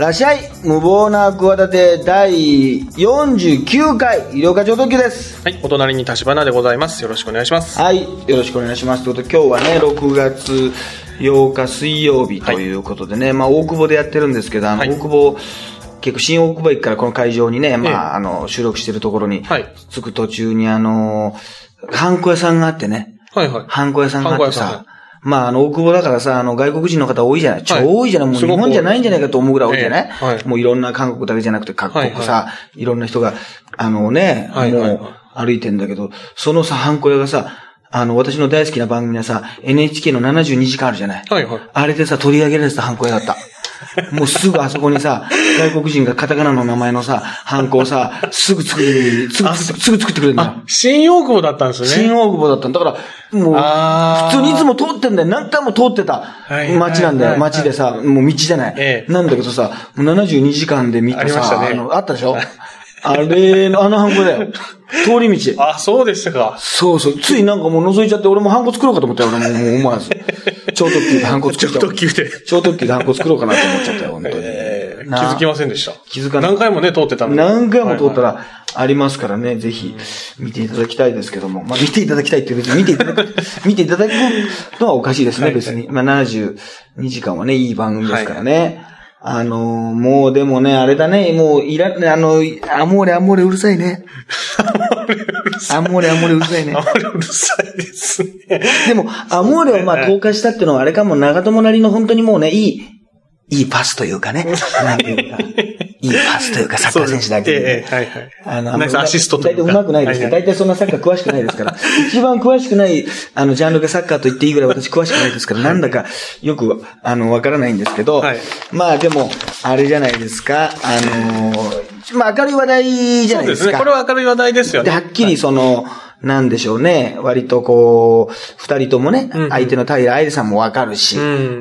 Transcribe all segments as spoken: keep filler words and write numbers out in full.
らっしゃい、無謀な企てだいよんじゅうきゅうかい医療課長特急です。 はい、お隣に立花でございます。よろしくお願いします。 はい、よろしくお願いします。ということで今日はね、ろくがつようか水曜日ということでね、はい、まあ大久保でやってるんですけど、あの、はい、大久保結構新大久保駅からこの会場にね、まあ、ええ、あの収録してるところに着く途中にあのハンコ屋さんがあってね、はいはい、ハンコ屋さんがあってさ、まあ、あの、大久保だからさ、あの、外国人の方多いじゃない、超多いじゃない、もう日本じゃないんじゃないかと思うぐらい多いじゃない、えーはい、もういろんな韓国だけじゃなくて各国さ、はいはい、いろんな人が、あのね、はいはいはい、もう歩いてんだけど、そのさ、ハンコ屋がさ、あの、私の大好きな番組はさ、エヌエイチケー のななじゅうにじかんあるじゃない、はいはい、あれでさ、取り上げられてたハンコ屋だった。もうすぐあそこにさ、外国人がカタカナの名前のさ、ハンコをさ、すぐ作る、すぐ、すぐ作ってくれるんだよ。 新大久保だったんですね。 新大久保だったんだ。だから、もう、普通にいつも通ってんだよ。何回も通ってた街なんだよ。街でさ、もう道じゃない。ええ、なんだけどさ、もうななじゅうにじかんで見てさ、ありましたね。あの、あったでしょあれの、あのハンコだよ。通り道。 あ、そうでしたか。 そうそう。ついなんかもう覗いちゃって、俺もハンコ作ろうかと思ったよ。俺ももう思わず。超特急でハンコ作っちゃう。 超特急で。 超特急でハンコ作ろうかなと思っちゃったよ、本当に。 えー、気づきませんでした。 気づかない。 何回もね、通ってたの。 何回も通ったらありますからね、ぜひ見ていただきたいですけども。まあ見ていただきたいって別に見ていただく、見ていただくのはおかしいですね、別に。まあななじゅうにじかんはね、いい番組ですからね。はい、あのー、もうでもね、あれだね、もういら、あの、アモーレアモーレうるさいね。アモーレアモーレうるさいね。 アモーレうるさいですね。 でも、アモーレをまあ投下したっていうのはあれかも、長友なりの本当にもうね、いい、いいパスというかね。なんていうか。いいパスというか、サッカー選手だけで、ね。はいはい。あの、ナイスアシストというか。大体上手くないですけど、大体そんなサッカー詳しくないですから。一番詳しくない、あの、ジャンルがサッカーと言っていいぐらい私詳しくないですから、なんだかよく、あの、わからないんですけど、はい、まあでも、あれじゃないですか、あのー、まあ明るい話題じゃないですか。そうですね。 これは明るい話題ですよね。 で、はっきりその、なんでしょうね。割とこう、二人ともね、うんうん、相手の平愛理さんもわかるし、うん、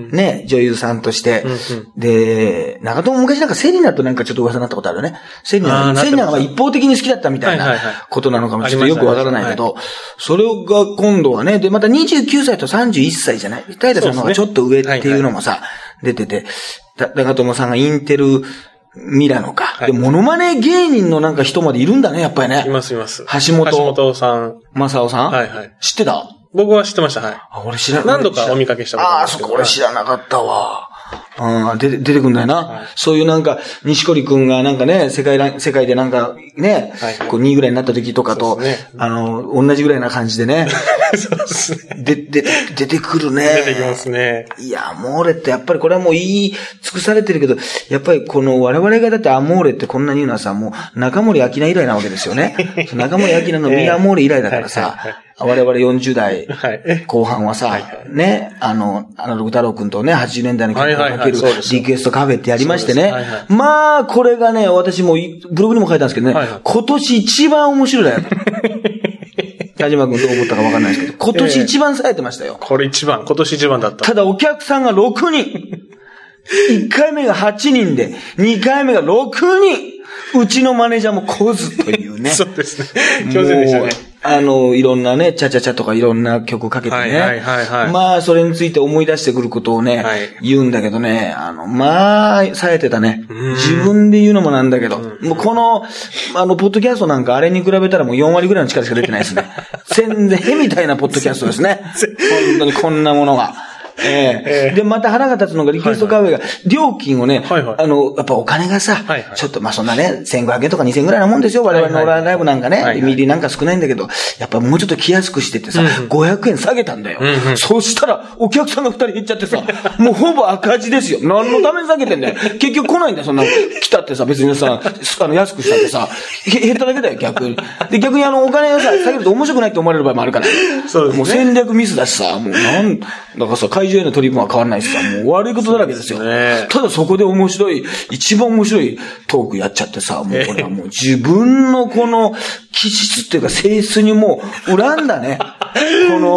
ね、女優さんとして、うんうん、で、長友昔なんかセリナとなんかちょっと噂になったことあるよね。セリナ、セリナが一方的に好きだったみたいなことなのかもちょっとよくわからないけど、それが今度はね、で、またにじゅうきゅうさいとさんじゅういっさいじゃない。平さんの方がちょっと上っていうのもさ、出てて、長友さんがインテル、ミラノか。はい、で、モノマネ芸人のなんか人までいるんだね、やっぱりね。 いますいます。 橋本。 橋本さん。 正夫さん。 はいはい。 知ってた？ 僕は知ってました、はい。 あ、俺知らな何度かお見かけしたことあるんですけど。ああ、そこ俺知らなかったわ。うん、出て、出てくんだよな。はい、そういうなんか、西堀くんがなんかね、世界、世界でなんかね、はい、こうにいぐらいになった時とかと、ね、あの、同じぐらいな感じでね。 そうですね。 で、で、出てくるね。 出てきますね。 いや、アモーレってやっぱりこれはもう言い尽くされてるけど、やっぱりこの我々がだってアモーレってこんなに言うのはさ、もう中森明菜以来なわけですよね。中森明菜のミアモーレ以来だからさ、えーはいはいはい我々よんじゅう代後半はさ、はいはい、ね、あの、アナログ太郎くんとね、はちじゅうねんだいの曲をかけるリクエストカフェってやりましてね。はいはい、まあ、これがね、私もブログにも書いたんですけどね、はいはい、今年一番面白いだよ。田島くんどう思ったかわかんないですけど、今年一番冴えてましたよ。 えー、これ一番、今年一番だった。 ただお客さんがろくにん。いっかいめがはちにんで、にかいめがろくにん。うちのマネージャーも来ずというね。 そうですね。強制でしたね。 あの、いろんなね、チャチャチャとかいろんな曲かけてね。はいはいはい、はい。まあ、それについて思い出してくることをね、はい、言うんだけどね、あの、まあ、冴えてたね。自分で言うのもなんだけど、もうこの、あの、ポッドキャストなんかあれに比べたらもうよんわりぐらいの力しか出てないですね。全然みたいなポッドキャストですね。本当にこんなものが。ええええ、で、また腹が立つのがリクエストカフェが、料金をね、はいはい、あの、やっぱお金がさ、はいはい、ちょっとまあそんなね、せんごひゃくえんとかにせんえんぐらいなもんですよ、我々のオーラーライブなんかね、はいはい、ミリなんか少ないんだけど、やっぱもうちょっと来やすくしてってさ、うんうん、ごひゃくえん下げたんだよ。うんうん、そしたら、お客さんがふたり減っちゃってさ、もうほぼ赤字ですよ。何のために下げてんだよ。結局来ないんだよ、そんな、来たってさ、別にさ、あの、安くしたってさ、減っただけだよ、逆に。で、逆にあの、お金をさ、下げると面白くないって思われる場合もあるから。そうですね。もう戦略ミスだしさ、もうなん、だからさ、会場への取り分は変わらないしさ、もう悪いことだらけですよ。ね、ただそこで面白い、一番面白いトークやっちゃってさ、もうこれはもう自分のこの気質っていうか性質にもう恨んだね。この、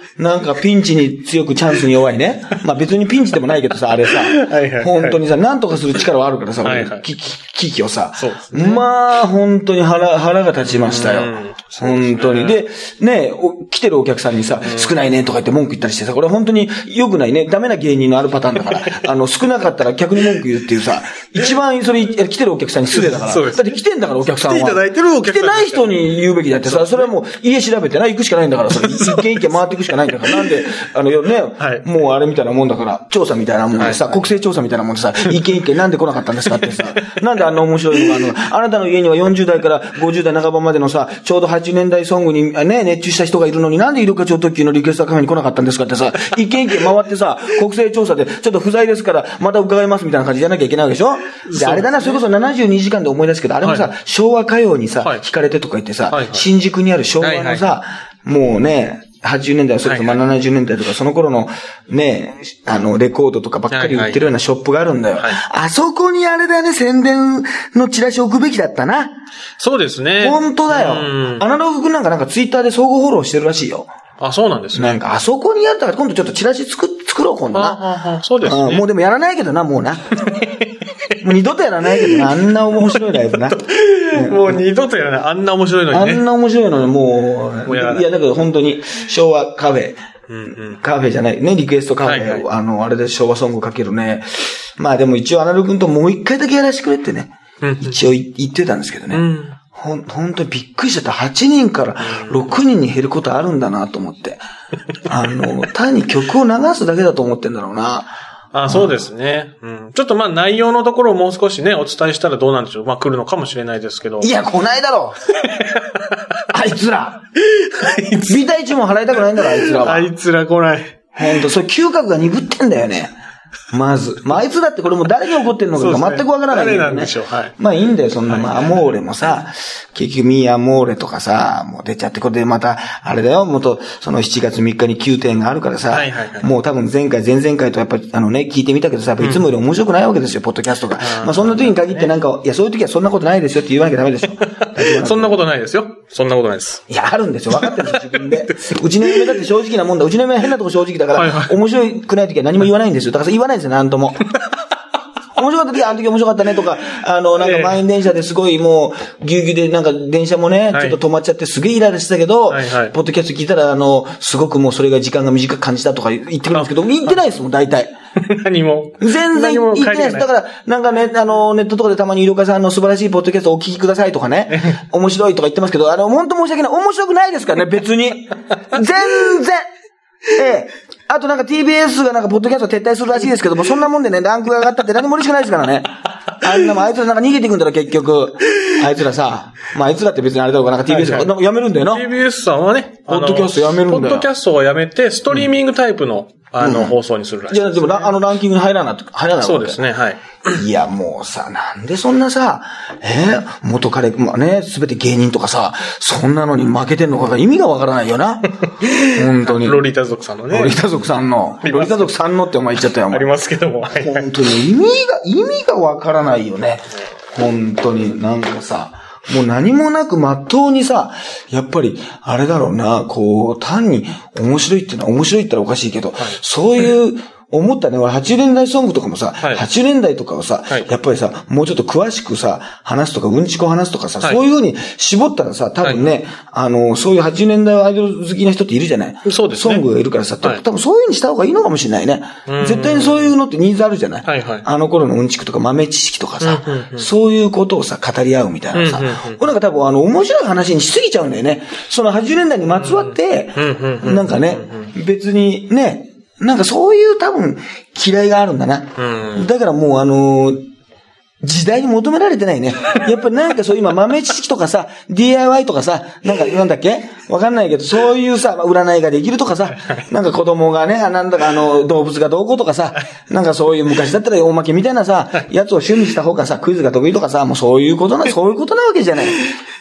なんかピンチに強くチャンスに弱いね。まあ別にピンチでもないけどさ、あれさ、はいはい、本当にさ、なんとかする力はあるからさ、はいはい、危機をさ、そうですね、まあ本当に腹、腹が立ちましたよ。本当に。で、ね、来てるお客さんにさ、少ないねとか言って文句言ったりしてさ、これ本当に良くないね。ダメな芸人のあるパターンだから、あの、少なかったら客に文句言うっていうさ、一番それ、来てるお客さんに失礼だから。だって来てんだからお客さんは。 来ていただいてるお客さん。 来てない人に言うべきだってさ、それはもう家調べてな、行くしかないんだから、それ。一軒一軒回っていくしかないんだから。なんで、あのね、はい、もうあれみたいなもんだから、調査みたいなもんでさ、はい、国勢調査みたいなもんでさ、一軒一軒なんで来なかったんですかってさ、なんであんな面白いのが、あの、あなたの家にはよんじゅう代からごじゅう代半ばまでのさ、ちょうどはちじゅうねんだいソングにね、熱中した人がいるのに、なんでイルカ超特急のリクエストカフェに来なかったんですかってさ、一軒一軒回ってさ、国勢調査で、ちょっと不在ですから、また伺いますみたいな感じじゃなきゃいけないわけでしょ。で、あれだな、それこそななじゅうにじかんで思い出すけど、あれもさ、はい、昭和歌謡にさ、はい、惹かれてとか言ってさ、はいはい、新宿にある昭和のさ、はいはい、もうね、はちじゅうねんだい、それこそまあななじゅうねんだいとか、その頃のね、あの、レコードとかばっかり売ってるようなショップがあるんだよ。はいはい、あそこにあれだよね、宣伝のチラシ置くべきだったな。 そうですね。 本当だよ。アナログ君なんかなんかツイッターで相互フォローしてるらしいよ。 あ、そうなんですね。 なんか、あそこにやったから今度ちょっとチラシ作、作ろう、今度な。 ああ、そうですね、 うん。もうでもやらないけどな、もうな。もう二度とやらないけどな、あんな面白いライブな。 もう二度とやらない。あんな面白いのにね。 あんな面白いのにもう、もうやらない。いや、だけど本当に昭和カフェ、うんうん、カフェじゃない、ね、リクエストカフェ、はいはい、あの、あれで昭和ソングかけるね。まあでも一応アナル君ともう一回だけやらせてくれってね、一応言ってたんですけどね。うんほん、ほんとびっくりしちゃった。はちにんからろくにんに減ることあるんだなと思って。あの、単に曲を流すだけだと思ってんだろうな。 あ、そうですね。うん。ちょっとまあ内容のところをもう少しね、お伝えしたらどうなんでしょう。まあ来るのかもしれないですけど。 いや、来ないだろあいつらビタいちも払いたくないんだろ、あいつらは。 あいつら来ない。 ほんと、それ嗅覚が鈍ってんだよね。まず。まあ、あいつだってこれも誰に怒ってるのか全くわからないんだよね。 誰なんでしょう、はい。 まあいいんだよ、そんな、まあ、アモーレもさ、結局ミーアモーレとかさ、もう出ちゃって、これでまた、あれだよ、もっと、そのしちがつみっかにきゅうてんがあるからさ、はいはいはい、もう多分前回、前々回とやっぱり、あのね、聞いてみたけどさ、やっぱいつもより面白くないわけですよ、うん、ポッドキャストが。まあそんな時に限ってなんか、ね、いや、そういう時はそんなことないですよって言わなきゃダメでしょ。 そんなことないですよ。そんなことないです。 いや、あるんですよ。分かってるんですよ、自分で。うちの嫁だって正直なもんだ。うちの嫁は変なとこ正直だから、はいはい、面白くない時は何も言わないんですよ。だから言わないんですよ、なんとも。面白かった時は、あの時面白かったねとか、あの、なんか満員電車ですごいもう、ぎゅうぎゅうでなんか電車もね、ちょっと止まっちゃってすげえイライラしてたけど、はいはい、ポッドキャスト聞いたら、あの、すごくもうそれが時間が短く感じたとか言ってくるんですけど、言ってないですもん、大体。 何も。 全然言ってないです。だから、なんかね、あの、ネットとかでたまに医療家さんの素晴らしいポッドキャストをお聞きくださいとかね、面白いとか言ってますけど、あの、本当申し訳ない。面白くないですからね、別に。全然。ええ。あとなんか ティービーエス がなんかポッドキャスト撤退するらしいですけども、そんなもんでね、ランクが上がったって何も嬉しくないですからね。あんなもんあいつらなんか逃げていくんだろ、結局。あいつらさ、まああいつらって別にあれだろうか、なんか ティービーエス が、はいはい、やめるんだよな。 ティービーエス さんはね、 ポッドキャストやめるんだよ。 ポッドキャストをやめて、ストリーミングタイプの、うん、あの、放送にするらしい、ね。 じゃあ、でも、あのランキングに入らないと、入らないわけ。 そうですね、はい。 いや、もうさ、なんでそんなさ、えー、元彼、まあね、すべて芸人とかさ、そんなのに負けてんのかが意味がわからないよな。本当に。 ロリータ族さんのね。 ロリータ族さんの。ロリータ族さんのってお前言っちゃったよ、お前。 ありますけども。 本当に意味が、意味がわからないよね。本当に、なんかさ、もう何もなく真っ当にさ、やっぱり、あれだろうな、こう、単に面白いっていうのは面白いって言ったらおかしいけど、はい、そういう、思ったね、俺はちじゅうねんだいソングとかもさ、はい、はちじゅうねんだいとかをさ、はい、やっぱりさ、もうちょっと詳しくさ、話すとか、うんちこ話すとかさ、はい、そういう風に絞ったらさ、多分ね、はい、あの、そういうはちじゅうねんだいアイドル好きな人っているじゃない。 そうですね。 ソングがいるからさ、はい、多分そういう風にした方がいいのかもしれないね。絶対にそういうのってニーズあるじゃない。はいはい、あの頃のうんちくとか豆知識とかさ、うんうんうん、そういうことをさ、語り合うみたいなさ、うんうんうん、これなんか多分あの、面白い話にしすぎちゃうんだよね。そのはちじゅうねんだいにまつわって、なんかね、別にね、なんかそういう多分嫌いがあるんだな。うん、だからもうあのー、時代に求められてないね。やっぱなんかそう今豆知識とかさ、ディーアイワイ とかさ、なんかなんだっけわかんないけど、そういうさ、占いができるとかさ、なんか子供がね、なんだかあの、動物がどうこうとかさ、なんかそういう昔だったらおまけみたいなさ、やつを趣味した方がさ、クイズが得意とかさ、もうそういうことな、そういうことなわけじゃない。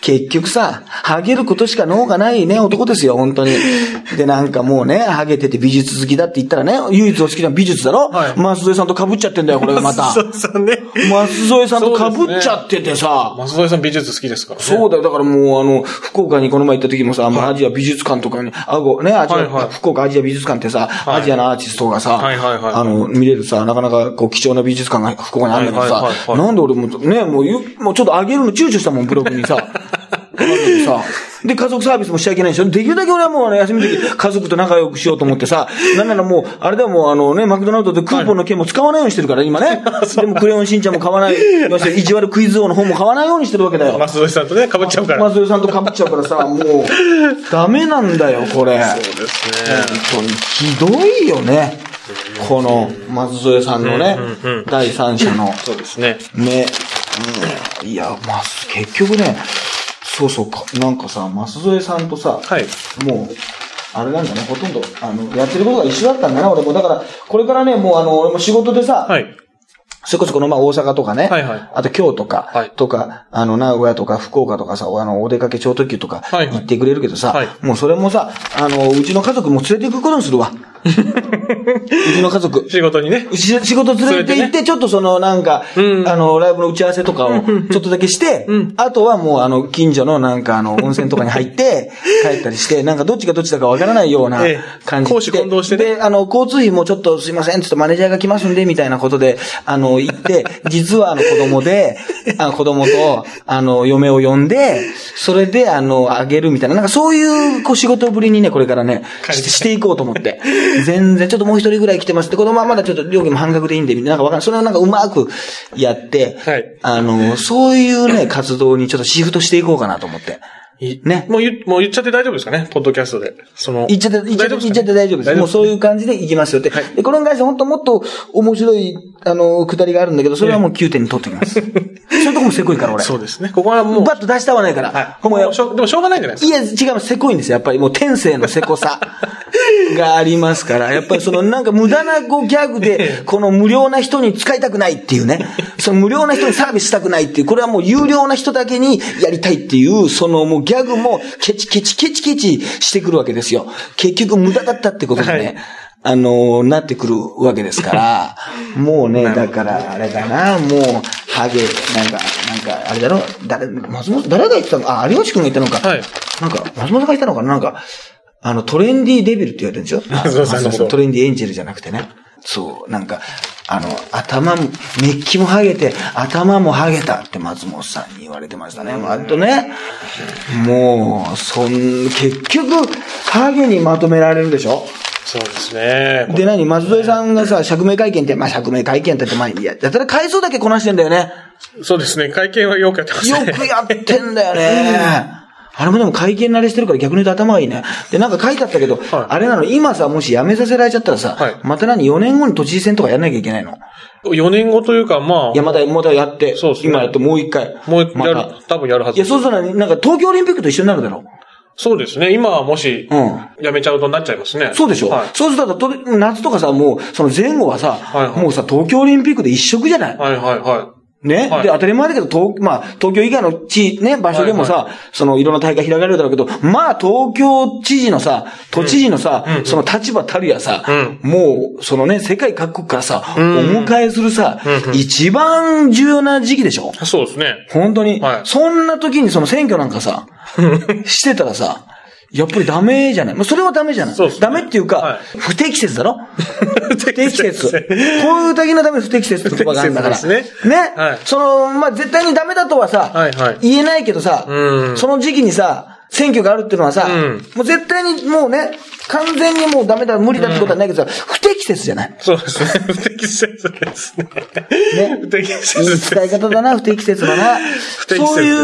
結局さ、ハゲることしか脳がないね、男ですよ、本当に。で、なんかもうね、ハゲてて美術好きだって言ったらね、唯一お好きな美術だろ、はい、松添さんと被っちゃってんだよ、これがまた。 松添さんね。 松添さんと被っちゃっててさ。 ね、松添さん美術好きですからね。 そうだよ、だからもうあの、福岡にこの前行った時もさ、はい、アジア美術館とかに、あご、ね、アジア、はいはい、福岡アジア美術館ってさ、はい、アジアのアーティストがさ、はいはいはい、あの、見れるさ、なかなかこう貴重な美術館が福岡にあるんだけどさ、はいはいはいはい、なんで俺もね、もう、もうちょっと上げるの躊躇したもん、ブログにさ。さで、家族サービスもしちゃいけないでしょ。できるだけ俺はもう、ね、休みの時、家族と仲良くしようと思ってさ、なんならもう、あれだよ、もうあのね、マクドナルドでクーポンの件も使わないようにしてるから、今ね。でも、クレヨンしんちゃんも買わない、意地悪クイズ王の本も買わないようにしてるわけだよ。 松添さんとね、被っちゃうから。 松添さんと被っちゃうからさ、もう、ダメなんだよ、これ。 そうですね。 本当に、ひどいよね。この、松添さんのね、うんうんうん、第三者の。 そうですね。 ね。うん、いや、まあ、結局ね、そうそうか、なんかさ、舛添さんとさ、はい、もう、あれなんだね、ほとんど、あの、やってることが一緒だったんだな、俺も。だから、これからね、もうあの、俺も仕事でさ、はい、それこそこのまあ大阪とかね、はいはい、あと京都か、はい、とか、あの、名古屋とか福岡とかさ、あの、お出かけ超特急とか行ってくれるけどさ、はいはい、もうそれもさ、あの、うちの家族も連れて行くことにするわ。うちの家族。 仕事にね。 仕事連れて行って、ちょっとそのなんか、うん、あの、ライブの打ち合わせとかをちょっとだけして、うん、あとはもうあの、近所のなんかあの、温泉とかに入って、帰ったりして、なんかどっちがどっちだかわからないような感じで。 公私混同してね。 で、あの、交通費もちょっとすいません、ちょっとマネージャーが来ますんで、みたいなことで、あの、行って、実はあの、子供で、あの、子供と、あの、嫁を呼んで、それであの、あげるみたいな、なんかそういう、こう、仕事ぶりにね、これからね、し, していこうと思って。全然、ちょっともう一人ぐらい来てますって、子供はまだちょっと料金も半額でいいんで、みたいな、なんかわかんない。それをなんかうまくやって、はい、あの、そういうね、活動にちょっとシフトしていこうかなと思って。 ね。もう言、もう言っちゃって大丈夫ですかね、ポッドキャストで。その。 言っちゃって、言っちゃって、言っちゃって大丈夫です。もうそういう感じで行きますよって。はい、で、この会社本当もっと面白い、あの、くだりがあるんだけど、それはもうきゅうてんに取ってきます。そういうとこもせこいから、俺。 そうですね。ここはもう。 バッと出したわないから。はい。もうしょでもしょうがないんじゃないですか。 いや、違います。せこいんですよ。やっぱりもう天性のせこさがありますから。やっぱりそのなんか無駄なこうギャグで、この無料な人に使いたくないっていうね。その無料な人にサービスしたくないっていう、これはもう有料な人だけにやりたいっていう、そのもうギャグもケチケチケチケチしてくるわけですよ。結局無駄だったってことでね。はい、あの、なってくるわけですから、もうね、だからあれだな、もう、ハゲ、なんか、なんか、あれだろ、誰、松本、誰が言ってたのあ、有吉くんが言ったのか。はい。なんか、松本が言ったのかななんか、あの、トレンディーデビルって言われてるんでしょそうそうそう。トレンディーエンジェルじゃなくてね。そう、なんか、あの、頭も、メッキもハゲて、頭もハゲたって松本さんに言われてましたね。あとね、もう、そん、結局、ハゲにまとめられるでしょそうですね。 で、何松添さんがさ、釈明会見って、まあ、釈明会見って言って、まあ、やったら回数だけこなしてんだよね。 そうですね。会見はよくやってますね。 よくやってんだよね。あれもでも会見慣れしてるから逆に言うと頭がいいね。で、なんか書いてあったけど、はい、あれなの、今さ、もし辞めさせられちゃったらさ、はい、また何、よねんごに都知事選とかやんなきゃいけないの ? よねんごというか、まあ。 いや、また、またやって、そうですね。今やってもう一回。 もう一回やる、多分やるはず。 いや、そうしたら、なんか東京オリンピックと一緒になるだろう。 そうですね。今はもし、うん。辞めちゃうとなっちゃいますね。 そうでしょ、はい、そうすると、夏とかさ、もう、その前後はさ、はいはい、もうさ、東京オリンピックで一色じゃないはいはいはい。 ね、はい、で、当たり前だけど、東、まあ、東京以外の地、ね、場所でもさ、はいはい、その、いろんな大会開かれるだろうけど、まあ、東京知事のさ、都知事のさ、うん、その立場たるやさ、うん、もう、そのね、世界各国からさ、うん、お迎えするさ、うん、一番重要な時期でしょそうですね。 本当に。はい、そんな時にその選挙なんかさ、してたらさ、やっぱりダメじゃない。まあ、それはダメじゃない。そうですね。ダメっていうか、はい、不適切だろ不適切。こういう時のために不適切って言葉があるんだから。ですね。ね、はい。その、まあ、絶対にダメだとはさ、はいはい、言えないけどさ、うん、その時期にさ、選挙があるっていうのはさ、うん、もう絶対にもうね、完全にもうダメだ、無理だってことはないけどさ、うん、不適切じゃない。 そうですね。不適切ですね。ね。不適切です。いい伝え方だな、不適切だな。 不適切ですね。そういう、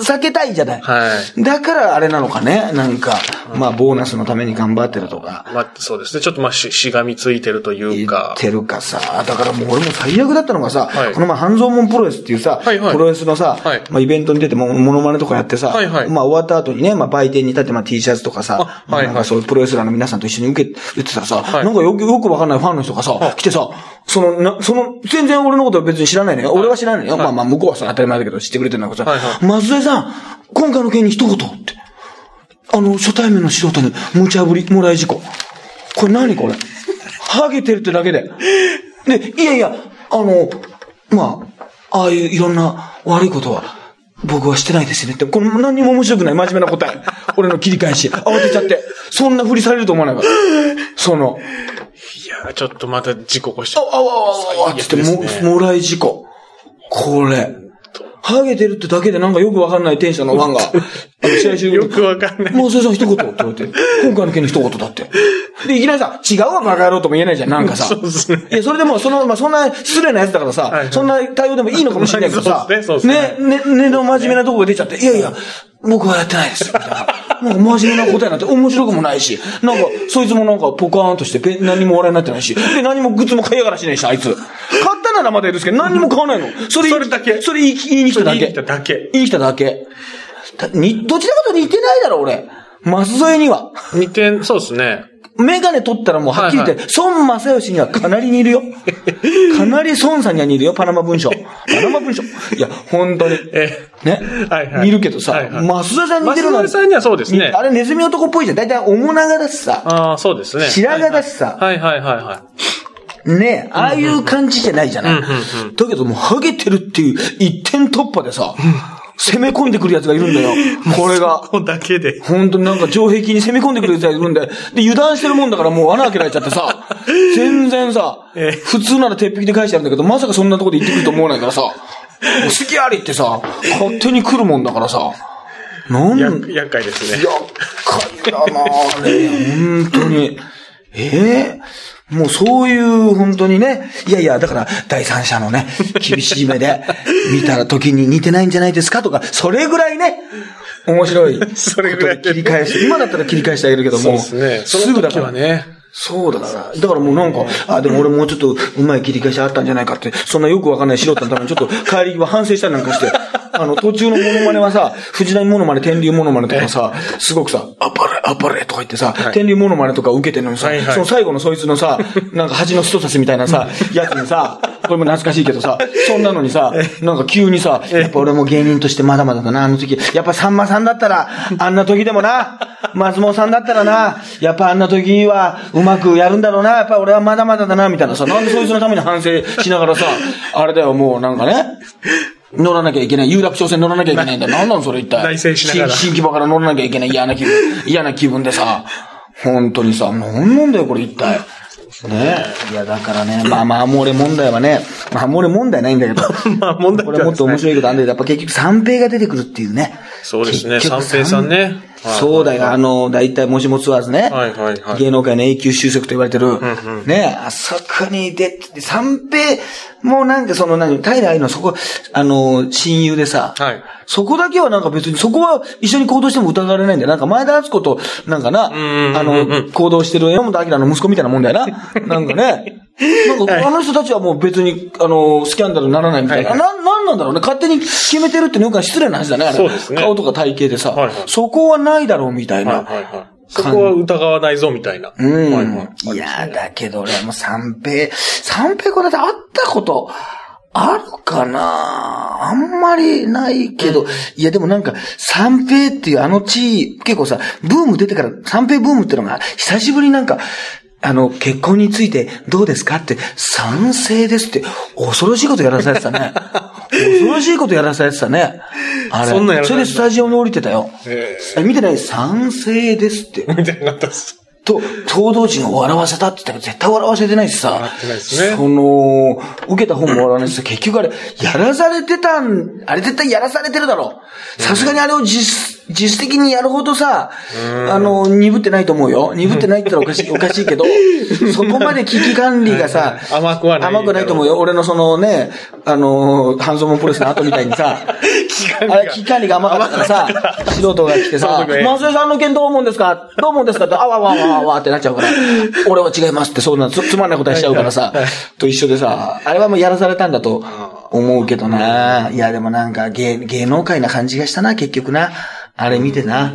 避けたいじゃない。はい。だからあれなのかね、なんか、うん、まあ、ボーナスのために頑張ってるとか。 まあ、そうですね。ちょっとまあ、し、しがみついてるというか。 言ってるかさ。だからもう俺も最悪だったのがさ、はい、この前、半蔵門プロレスっていうさ、はいはい、プロレスのさ、はい、まあ、イベントに出ても、モノマネとかやってさ、はいはい、まあ、終わった後にね、まあ、売店に立って、まあ、T シャツとかさ、はいはい、なんかそういうプロレスラーの皆さんと一緒に受け、言ってたらさ、はい、なんかよく、よくわかんないファンの人がさ、来てさ、 その、な、その、全然俺のことは別に知らないのよ。俺は知らないのよ。はい、まあまあ、向こうはそれ当たり前だけど知ってくれてるんだけどさ。はいはい、松江さん、今回の件に一言って。あの、初対面の素人に無茶ぶり、もらい事故。これ何これハゲてるってだけで。で、いやいや、あの、まあ、ああいういろんな悪いことは、僕はしてないですねって。これ何にも面白くない真面目な答え。俺の切り返し。慌てちゃって。そんなふりされると思わないから。その。 いや、ちょっとまた事故起こしちゃった。 あ、あ、あ、あ、あ、つって、も、もらい事故。これ。ハゲてるってだけでなんかよくわかんないテンションのファンが、あの、試合終了。 よくわかんない。 もうそれさん一言って言われて、今回の件の一言だって。で、いきなりさ、違うわバカ野郎とも言えないじゃん、なんかさ。 そうですね。 いや、それでも、その、まあ、そんな失礼なやつだからさ、はいはい、そんな対応でもいいのかもしれないけどさ、 そうですね、そうですね。ね、ねの真面目なとこが出ちゃって、いやいや、僕はやってないですよ、みたいな。なんか真面目な答えになって面白くもないし、なんか、そいつもなんかポカーンとしてペ何も笑いになってないし、で、何もグッズも買いやがらしないし、あいつ。買ったならまだいいですけど、何にも買わないの。それ、 それだけ。 それ言い言いに来ただけ。 言いに来ただけ。 言いに来ただけ。に、どちらかと似てないだろ、俺。マス添えには。 似て、そうですね。 メガネ取ったらもうはっきり言って、はいはい、孫正義にはかなり似るよ。かなり孫さんには似るよ、パナマ文書。パナマ文書。いや、本当に。えね、はいはい。似るけどさ、はいはい、マス添えさんに似てるの。 マス添えさんにはそうですね。 あれネズミ男っぽいじゃん。だいたい面長だしさ。 ああ、そうですね。 白髪だしさ。 はいはいはいはい。 ねえ、ああいう感じじゃないじゃない。うんうんうん、だけどもうハゲてるっていう一点突破でさ、攻め込んでくる奴がいるんだよ。これが。 そこだけで。 本当になんか城壁に攻め込んでくる奴がいるんで、で、油断してるもんだからもう穴開けられちゃってさ、全然さ、えー、普通なら鉄壁で返してやるんだけど、まさかそんなとこで行ってくると思わないからさ、好きありってさ、勝手に来るもんだからさ、なんや厄介ですね。 厄介だなぁ、ね、本当に。ええー、もうそういう本当にね、いやいや、だから第三者のね、厳しい目で見た時に似てないんじゃないですかとか、それぐらいね、面白い。 それぐらい切り返して、今だったら切り返してあげるけども、 そうですね。 すぐだからね。 そうだから。だからもうなんか、あ、でも俺もうちょっとうまい切り返しあったんじゃないかって、そんなよくわかんない素人のためにちょっと帰りは反省したりなんかして、あの、途中のモノマネはさ、藤波モノマネ、天竜モノマネとかさ、すごくさ、あっぱれ、あっぱれとか言ってさ、はい、天竜モノマネとか受けてるのにさ、はいはい、その最後のそいつのさ、なんか恥の一刺しみたいなさ、やつにさ、これも懐かしいけどさ、そんなのにさ、なんか急にさ、やっぱ俺も芸人としてまだまだだな、あの時。やっぱさんまさんだったら、あんな時でもな、松本さんだったらな、やっぱあんな時はうまくやるんだろうな、やっぱ俺はまだまだだな、みたいなさ、なんでそいつのために反省しながらさ、あれだよ、もうなんかね、乗らなきゃいけない。有楽町線乗らなきゃいけないんだ。なんなんそれ一体。 内省しながら。 新木場から乗らなきゃいけない嫌な気分。嫌な気分でさ。本当にさ、なんなんだよこれ一体。ねえ。いやだからね、まあまあもれ問題はね、まあもれ問題ないんだけど。 まあ問題は、ね、 これもっと面白いことあるんだけど、やっぱ結局三平が出てくるっていうね。 そうですね、三平さんね。 そうだよ、あの、だいたいもしもツアーズね。 はいはいはい。 芸能界の永久就職と言われてる。 うんうん、 ね、あそこに出て、三平、もうなんかその何、平愛のそこ、あの、親友でさ。はい。そこだけはなんか別に、そこは一緒に行動しても疑われないんだよ。なんか前田敦子と、なんかな、あの、行動してる山本明の息子みたいなもんだよな。なんかね。なんか、あの人たちはもう別に、あの、スキャンダルにならないみたいな。はいはい、な、なんなんだろうね。勝手に決めてるってなんか失礼な話だね、あれ。 そうですね。 顔とか体型でさ。はいはい、そこはないだろうみたいな。はいはいはい。 そこは疑わないぞみたいな。 うん。はいはい、いや、だけど俺はもう三平、三平これで会ったこと、あるかなあんまりないけど、うん、いやでもなんか、三平っていうあの地位、結構さ、ブーム出てから、三平ブームってのが、久しぶりになんか、あの、結婚についてどうですかって、賛成ですって、恐ろしいことやらされてたね。恐ろしいことやらされてたね。あれ。そんなやらされてた。それでスタジオに降りてたよ。見てない賛成ですって。 見てなかったっす。 と、報道陣を笑わせたって言ったら絶対笑わせてないしさ。 笑ってないですね。 その、受けた方も笑わないしさ、結局あれ、やらされてたん、あれ絶対やらされてるだろう。さすがにあれを実、実質的にやるほどさ、あの、鈍ってないと思うよ。鈍ってないって言ったらおかしい、おかしいけど、そこまで危機管理がさ、 甘くはない。 甘くないと思うよ。俺のそのね、あの、半蔵門プロレスの後みたいにさ、あれ危機管理が甘かったからさ、素人が来てさ、松江さんの件どう思うんですかどう思うんですかって、あわわわわってなっちゃうから、俺は違いますって、そうなつ、つまんない答えしちゃうからさ、と一緒でさ、あれはもうやらされたんだと思うけどな。いやでもなんか芸、芸能界な感じがしたな、結局な。あれ見てな。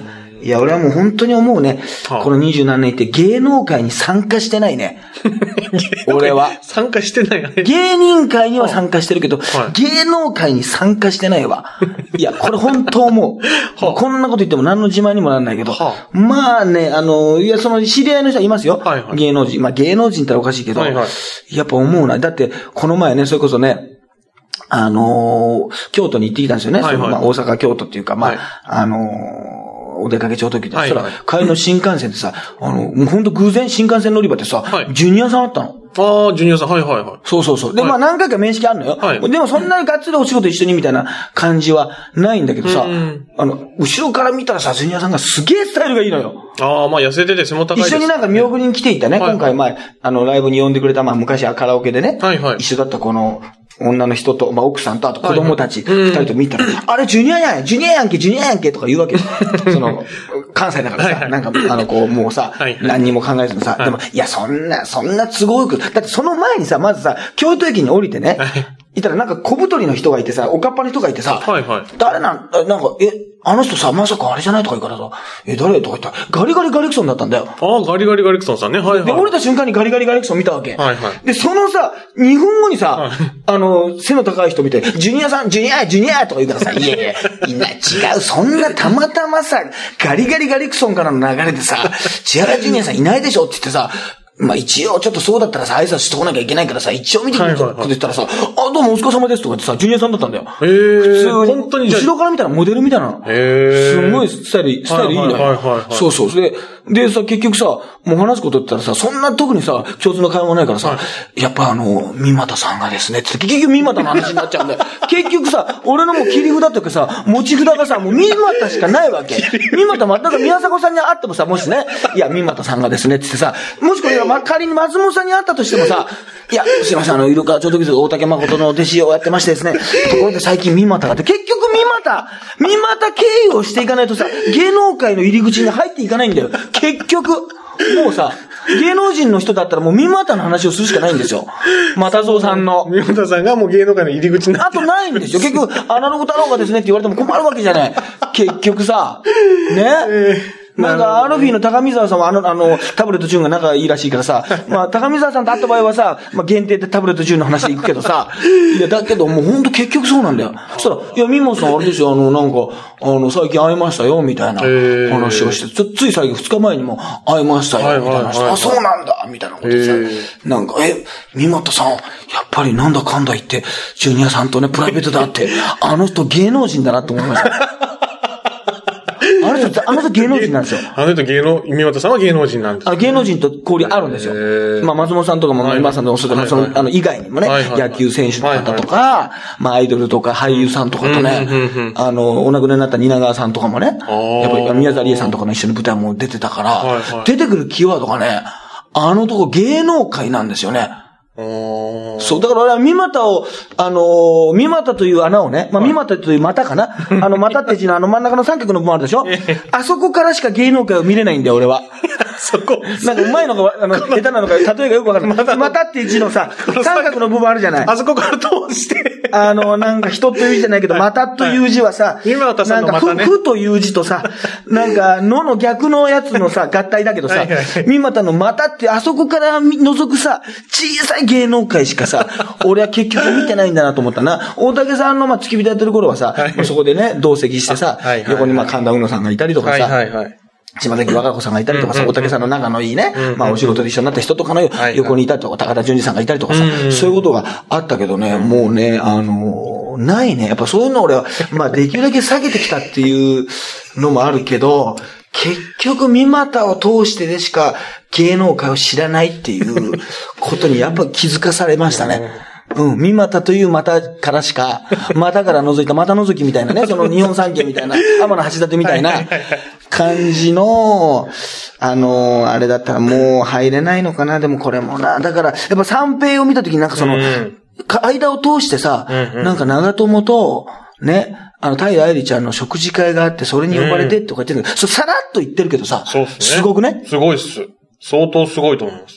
いや、俺はもう本当に思うね。はあ、この二十何年って芸能界に参加してないね。俺は。 参加してないね。 芸人界には参加してるけど、はあ、芸能界に参加してないわ。いや、これ本当思う。はあ、こんなこと言っても何の自慢にもならないけど、はあ、まあね、あの、いや、その知り合いの人はいますよ。はいはい、芸能人。まあ芸能人っておかしいけど、はいはい、やっぱ思うな。だって、この前ね、それこそね、あのー、京都に行ってきたんですよね。はいはい、そのまあ、大阪、京都っていうか、まあ、はい、あのー、お出かけちょうど来て、はいはい、そしたら、帰りの新幹線でさ、あの、もうほんと偶然新幹線乗り場でさ、はい、ジュニアさんあったの。 ああ、ジュニアさん、はいはいはい。 そうそうそう。で、はい、まあ何回か面識あるのよ。はい、でもそんなにがっつりお仕事一緒にみたいな感じはないんだけどさ、うん、あの、後ろから見たらさ、ジュニアさんがすげえスタイルがいいのよ。 ああ、まあ痩せてて背も高いです、 ね。一緒になんか見送りに来ていたね。はいはい、今回前、あの、ライブに呼んでくれた、まあ昔はカラオケでね、はいはい、一緒だったこの、女の人と、まあ、奥さんと、あと子供たち、二人と見たら、あれ、ジュニアやん、ジュニアやんけ、ジュニアやんけ、とか言うわけ。その、関西だからさ、なんか、あの、こう、もうさ、何にも考えずにさ、でも、いや、そんな、そんな都合よく、だってその前にさ、まずさ、京都駅に降りてね、いたらなんか小太りの人がいてさ、おかっぱの人がいてさ、はいはい、誰なん、なんか、え、あの人さ、まさかあれじゃないとか言うからさ、え、誰とか言ったら、ガリガリガリクソンだったんだよ。 ああ、ガリガリガリクソンさんね。はいはい。 で、降りた瞬間にガリガリガリクソン見たわけ。はいはい。で、そのさ、にふんごにさ、はい、あの、背の高い人見て、ジュニアさん、ジュニア、ジュニアとか言うからさ、いやいや、みんな違う、そんなたまたまさ、ガリガリガリクソンからの流れでさ、千原ジュニアさんいないでしょって言ってさ、まあ一応ちょっとそうだったらさ、挨拶しとこなきゃいけないからさ、一応見てくれって言ったらさ、はいはいはい、あ、どうもお疲れ様ですとかってさ、ジュニアさんだったんだよ。へー。普通に。本当に。後ろから見たらモデルみたいなの。へー。すごいスタイル、スタイルいいんだよ。はいはいはいはい、そうそう。で、でさ、結局さ、もう話すこと言ったらさ、そんな特にさ、共通の会話もないからさ、はい、やっぱあの、三股さんがですね、って結局三股の話になっちゃうんだよ。結局さ、俺のもう切り札というかさ、持ち札がさ、もう三股しかないわけ。三股ま、だから宮迫さんに会ってもさ、もしね、いや、三股さんがですね、ってってさ、もしこれが、ま、仮に松本さんに会ったとしてもさ、いや、すいません、あの、イルカちょうど来て大竹誠の弟子をやってましてですね、ところで最近三股があって、結局三股、三股経由をしていかないとさ、芸能界の入り口に入っていかないんだよ。結局、もうさ、芸能人の人だったらもう三股の話をするしかないんですよ。又蔵さんの。 三股さんがもう芸能界の入り口になってあとないんですよ。結局、アナログ太郎がですねって言われても困るわけじゃない。結局さ、ね。えーなんか、アルフィーの高見沢さんはあの、あの、タブレットチューンが仲いいらしいからさ、まあ、高見沢さんと会った場合はさ、まあ、限定でタブレットチューンの話で行くけどさ、いや、だけどもうほんと結局そうなんだよ。そしたら、いや、ミモさんあれですよ、あの、なんか、あの、最近会いましたよ、みたいな話をして、ちょつい最近ふつかまえにも会いましたよ、みたいな話。あ、そうなんだ、みたいなことでさ、なんか、え、三股さん、やっぱりなんだかんだ言って、ジュニアさんとね、プライベートだって、あの人芸能人だなと思いました。あの人、あの人芸能人なんですよ。 あの人芸能、三股さんは芸能人なんです。 あ芸能人と交流あるんですよ。まあ、松本さんとかも、今さんのおっしゃったその、あの、以外にもね、野球選手の方とか、まあ、アイドルとか俳優さんとかとね、あの、お亡くなりになった蜷川さんとかもね、やっぱり宮沢りえさんとかの一緒に舞台も出てたから、出てくるキーワードがね、あのとこ芸能界なんですよね。そう、だから俺は三股を、あのー、三股という穴をね、まあ、三股という股かなあの、股って字のあの真ん中の三角の部分あるでしょあそこからしか芸能界を見れないんだよ、俺は。そこ。なんかうまいのか、あの、下手なのか、例えがよくわかんない。股って字のさ、三角の部分あるじゃない。 あそこから通して。 あの、なんか人という字じゃないけど、股という字はさ、 三股さんの股ね。 なんか、ふという字とさ、なんか、のの逆のやつのさ、合体だけどさ、三股の股ってあそこから覗くさ、小さい芸能界しかさ、俺は結局見てないんだなと思ったな。大竹さんのまあ付き人やってる頃はさ、はい、まあ、そこでね、同席してさ、はいはいはい、横にまあ神田うのさんがいたりとかさ、はいはいはい、島崎和歌子さんがいたりとかさ、うんうんうん、大竹さんの仲のいいね、うんうん、まあお仕事で一緒になった人とかの横にいたりとか、高田純次さんがいたりとかさ、うんうん、そういうことがあったけどね、もうね、あのー、ないね。やっぱそういうの俺は、まあできるだけ下げてきたっていうのもあるけど、結局、三股を通してでしか芸能界を知らないっていうことにやっぱ気づかされましたね。うん、三股という股からしか、股から覗いた股覗きみたいなね、その日本三景みたいな、天橋立みたいな感じの、あの、あれだったらもう入れないのかな、でもこれもな。だから、やっぱ三平を見たときになんかその、うん、間を通してさ、うんうん、なんか長友と、ね、あの、平愛理ちゃんの食事会があって、それに呼ばれてとか言ってるんだけど、うん、それさらっと言ってるけどさ、そうっすね。すごくね。 すごいっす。相当すごいと思います。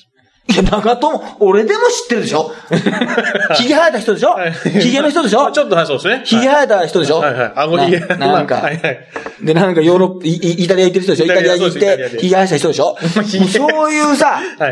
いや、長友、俺でも知ってるでしょ髭生えた人でしょ髭の人でしょちょっとはい、そうですね。 髭生えた人でしょはいはい。顎髭。 なんか、はいはい。で、なんかヨーロッパ、イタリア行ってる人でしょイタリア行って、髭生えた人でしょもうそういうさ、はい、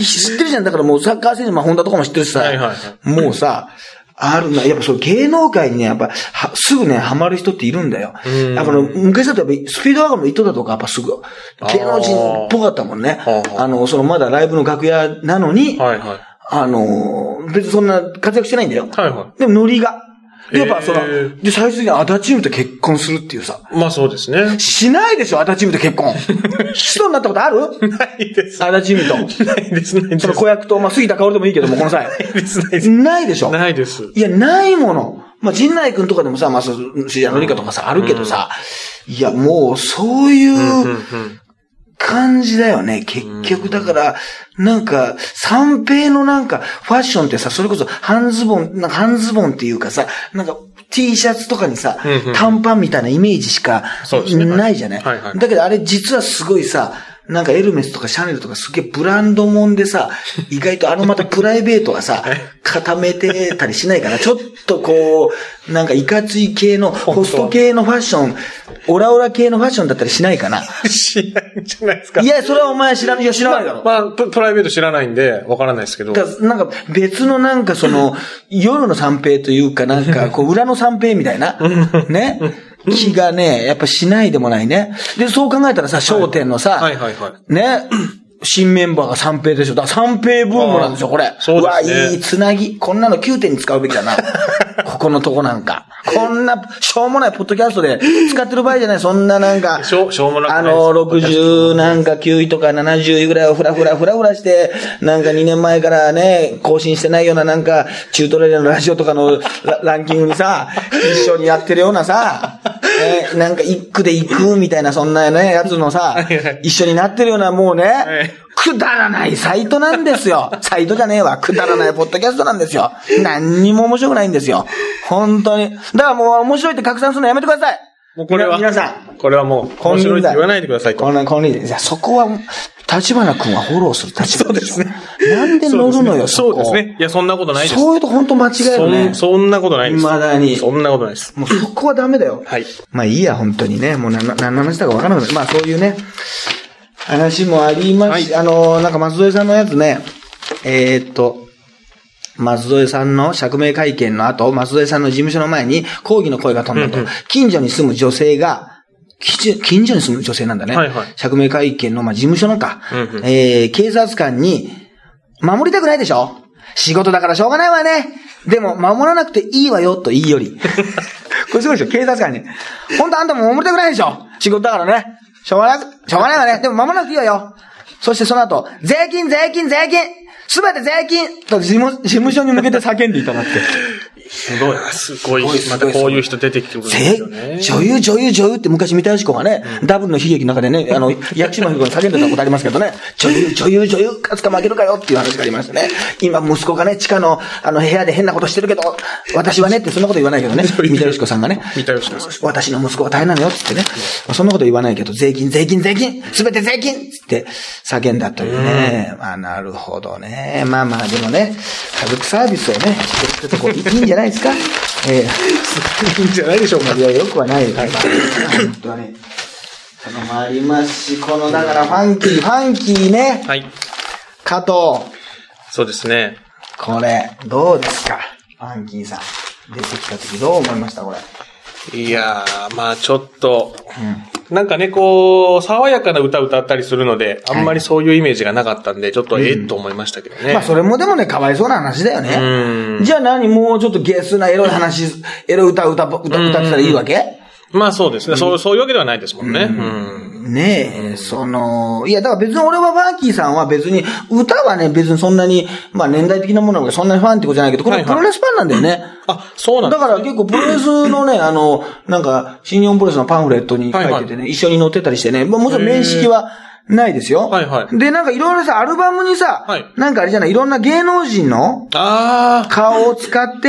知ってるじゃん。だからもうサッカー選手、まあ、ホンダとかも知ってるしさ、はいはいはい、もうさ、あるな。やっぱそう、芸能界にね、やっぱ、は、すぐね、ハマる人っているんだよ。やっぱの、昔だとやっぱ、スピードワゴンの糸だとか、やっぱすぐ、芸能人っぽかったもんね。あの、その、まだライブの楽屋なのに、はいはい、あの、別にそんな活躍してないんだよ。はいはい、でも、ノリが。やっぱその、で、最終的にアタチームと結婚するっていうさ。 まあそうですね。 しないでしょ、アタチームと結婚。人になったことあるないです。 アタチームと。 ないです、ないです。 その子役と、まあ杉田薫でもいいけども、この際。 ないです、ないです。 ないでしょ。 ないです。 いや、ないもの。まあ、陣内くんとかでもさ、まあ、そう、シアノリカとかさ、あるけどさ、うん、いや、もう、そういう、感じだよね。結局、だから、なんか、三平のなんか、ファッションってさ、それこそ、半ズボン、なんか半ズボンっていうかさ、なんか、T シャツとかにさ、短パンみたいなイメージしか、ないじゃない。だけど、あれ実はすごいさ、なんかエルメスとかシャネルとかすげえブランドもんでさ、意外とあのまたプライベートがさ、固めてたりしないかな。ちょっとこう、なんかいかつい系の、ホスト系のファッション、オラオラ系のファッションだったりしないかな。 しないんじゃないですか。 いや、それはお前知らない。いや、知らないだろ。 まあ、まあ、プライベート知らないんで、わからないですけど。 なんか別のなんかその、夜の三平というかなんか、こう、裏の三平みたいな。ね。気がね、やっぱしないでもないね。で、そう考えたらさ、笑点のさ、はいはいはい、ね、新メンバーが三平でしょ。だから三平ブームなんですよ、これ。 そうですね。 うわ、いいつなぎ。こんなのきゅうてんに使うべきだな。ここのとこなんか。こんな、しょうもないポッドキャストで使ってる場合じゃない。そんななんか、 しょう、しょうもなくないあの、ろくじゅうなんかきゅういとかななじゅういぐらいをふらふらふらふらして、なんかにねんまえからね、更新してないようななんか、チュートリアルのラジオとかの ラ, ランキングにさ、一緒にやってるようなさ、ね、なんか一句で行くみたいなそんなね、やつのさ、一緒になってるようなもうね、はいくだらないサイトなんですよ。サイトじゃねえわ。くだらないポッドキャストなんですよ。何にも面白くないんですよ。本当に。だからもう面白いって拡散するのやめてください。 もうこれは。 皆さん。 これはもう、面白いって言わないでくださいと。 こんこんいや、そこは、立花君はフォローする立場ですね。 なんで乗るのよ、 そうですね。いや、そんなことないです。 そういうと本当間違えるね。 そんなことないです。 未だに。 そんなことないです。 もうそこはダメだよ。 はい。 まあいいや、本当にね。もう何の話だかわからなくなる。まあそういうね。話もありますし、はい、あの、なんか松添さんのやつね、えー、っと、松添さんの釈明会見の後、松添さんの事務所の前に抗議の声が飛んだと。うんうん、近所に住む女性が、近所に住む女性なんだね。はいはい、釈明会見の、まあ、事務所のか、うんうん、えー、警察官に、守りたくないでしょ？仕事だからしょうがないわね。でも、守らなくていいわよ、と言いより。これすごいでしょ？警察官に。本当あんたも守りたくないでしょ？仕事だからね。しょうがなく、しょうがないわね。でも守らなくていいわよ。そしてその後、税金、税金、税金すべて税金と事務、事務所に向けて叫んでいただって。 すごい。すごい。またこういう人出てきてくるんですよね。 女優、女優、女優って昔三田佳子がね、うん、ダブルの悲劇の中でね、あの、薬師丸君叫んでたことありますけどね、女優、女優、女優、勝つか負けるかよっていう話がありましたね。今息子がね、地下の、あの、部屋で変なことしてるけど、私はねってそんなこと言わないけどね、三田佳子さんがね、 三田佳子さん。 私の息子は大変なのよって言ってね、そんなこと言わないけど、税金、税金、税金すべて税金って叫んだというね。まあ、なるほどね。まあまあ、でもね、家族サービスをね、してるとこいいんじゃないですか。ええ、いいんじゃないでしょうか。 いや、よくはないよ。はい、本当に。そのもありますし、この、だからファンキー、ファンキーね。 はい。 加藤。 そうですね。 これ、どうですか？ファンキーさん。出てきた時どう思いましたこれ。 いやー、まあちょっと、うん、なんかね、こう、爽やかな歌歌ったりするので、あんまりそういうイメージがなかったんで、ちょっとええと思いましたけどね。 うん、まあそれもでもね、かわいそうな話だよね。うん、じゃあ何もうちょっとゲスなエロい話、エロい歌歌、歌、歌ってたらいいわけ？ まあそうですね。そう、そういうわけではないですもんね。うんうん、ねえ、その、いや、だから別に俺はファンキーさんは別に、歌はね、別にそんなに、まあ年代的なものがそんなにファンってことじゃないけど、これプロレスファンなんだよね。はいはい、 あ、そうなんですね。だから結構プロレスのね、あの、なんか、新日本プロレスのパンフレットに書いててね、はいはい、一緒に載ってたりしてね、もちろん面識は、ないですよ。はいはい。で、なんかいろいろさ、アルバムにさ、はい、なんかあれじゃない、いろんな芸能人の顔を使って、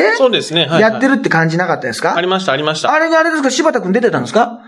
そうですね。 やってるって感じなかったですか？ ありました、ありました。 あれにあれですか、柴田くん出てたんですか？